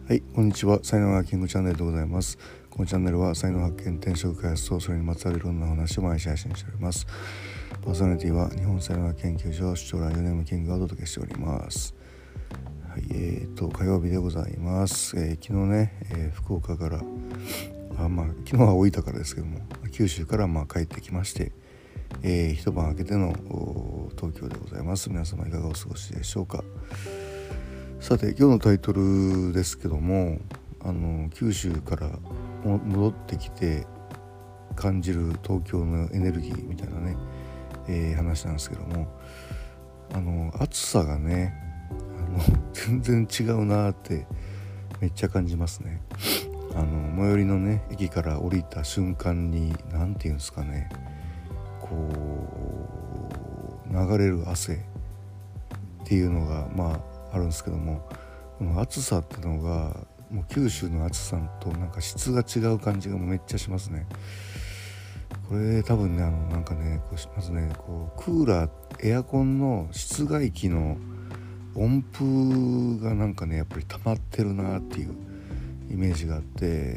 はい、こんにちは。才能がキングチャンネルでございます。このチャンネルは才能発見、転職開発とそれにまつわるいろんな話を毎日配信しております。パーソナリティは日本才能学研究所主張ライオネームキングがお届けしております。はい、火曜日でございます。昨日ね、福岡から昨日は大分からですけども、九州から帰ってきまして、一晩明けての東京でございます。皆様いかがお過ごしでしょうか。さて、今日のタイトルですけども、九州から戻ってきて感じる東京のエネルギーみたいなね、話なんですけども、暑さがね全然違うなってめっちゃ感じますね。最寄りのね駅から降りた瞬間に何ていうんですかね、こう流れる汗っていうのがあるんですけども、この暑さってのがもう九州の暑さとなんか質が違う感じがめっちゃしますね。これ多分ねまずねクーラーエアコンの室外機の温風がやっぱり溜まってるなっていうイメージがあって、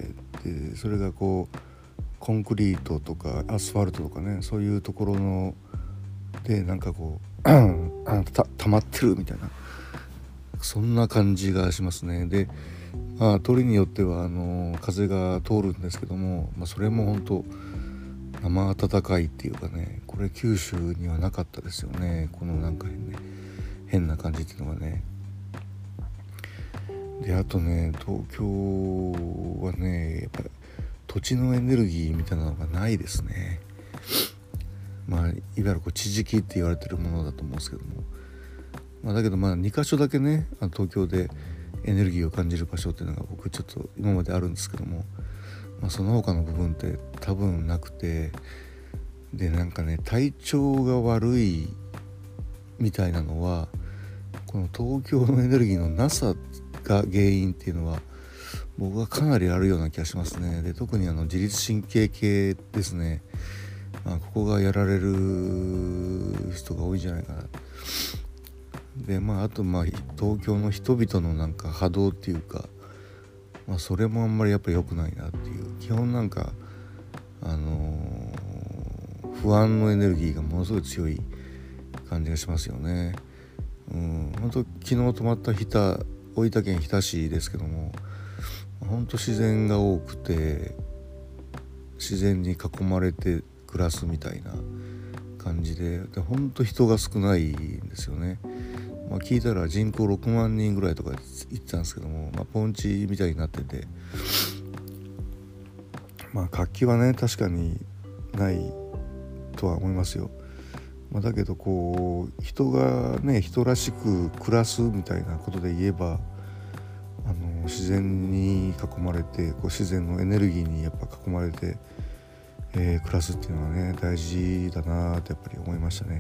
でそれがコンクリートとかアスファルトとかね、そういうところので溜まってるみたいな、そんな感じがしますね。で、通りによっては風が通るんですけども、それも本当生暖かいっていうかね、これ九州にはなかったですよね。この変な感じっていうのがね。で、あとね、東京はねやっぱり土地のエネルギーみたいなのがないですね。いわゆる地磁気って言われてるものだと思うんですけども、だけど2カ所だけね、東京でエネルギーを感じる場所っていうのが僕ちょっと今まであるんですけども、その他の部分って多分なくて、で体調が悪いみたいなのはこの東京のエネルギーのなさが原因っていうのは僕はかなりあるような気がしますね。で、特に自律神経系ですね、ここがやられる人が多いんじゃないかな。であと東京の人々の波動っていうか、それもあんまりやっぱり良くないなっていう、基本不安のエネルギーがものすごい強い感じがしますよね。本当昨日泊まった大分県日田市ですけども、本当自然が多くて自然に囲まれて暮らすみたいな感じで、本当人が少ないんですよね。聞いたら人口6万人ぐらいとか言ってたんですけども、ポンチみたいになってて、活気はね確かにないとは思いますよ。だけど人がね人らしく暮らすみたいなことで言えば、自然に囲まれて自然のエネルギーにやっぱ囲まれて、暮らすっていうのはね大事だなってやっぱり思いましたね。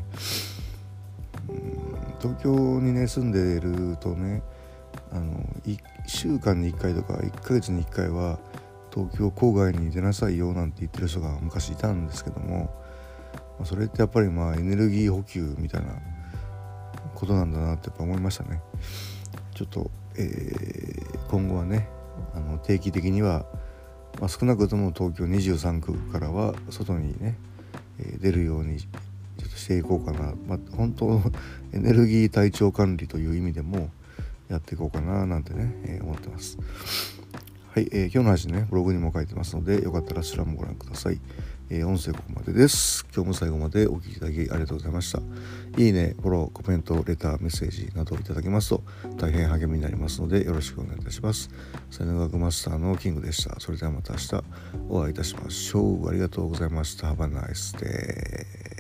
東京にね住んでいるとね、1週間に1回とか1ヶ月に1回は東京郊外に出なさいよなんて言ってる人が昔いたんですけども、それってやっぱりエネルギー補給みたいなことなんだなってやっぱ思いましたね。ちょっと、今後はね定期的には、少なくとも東京23区からは外にね、出るようにちょっとしていこうかな。本当エネルギー体調管理という意味でもやっていこうかななんてね、思ってます。はい、今日の話ねブログにも書いてますので、よかったらそちらもご覧ください。音声ここまでです。今日も最後までお聞きいただきありがとうございました。いいね、フォロー、コメント、レター、メッセージなどいただけますと大変励みになりますのでよろしくお願いいたします。才能学マスターのキングでした。それではまた明日お会いいたしましょう。ありがとうございました。Have a nice day.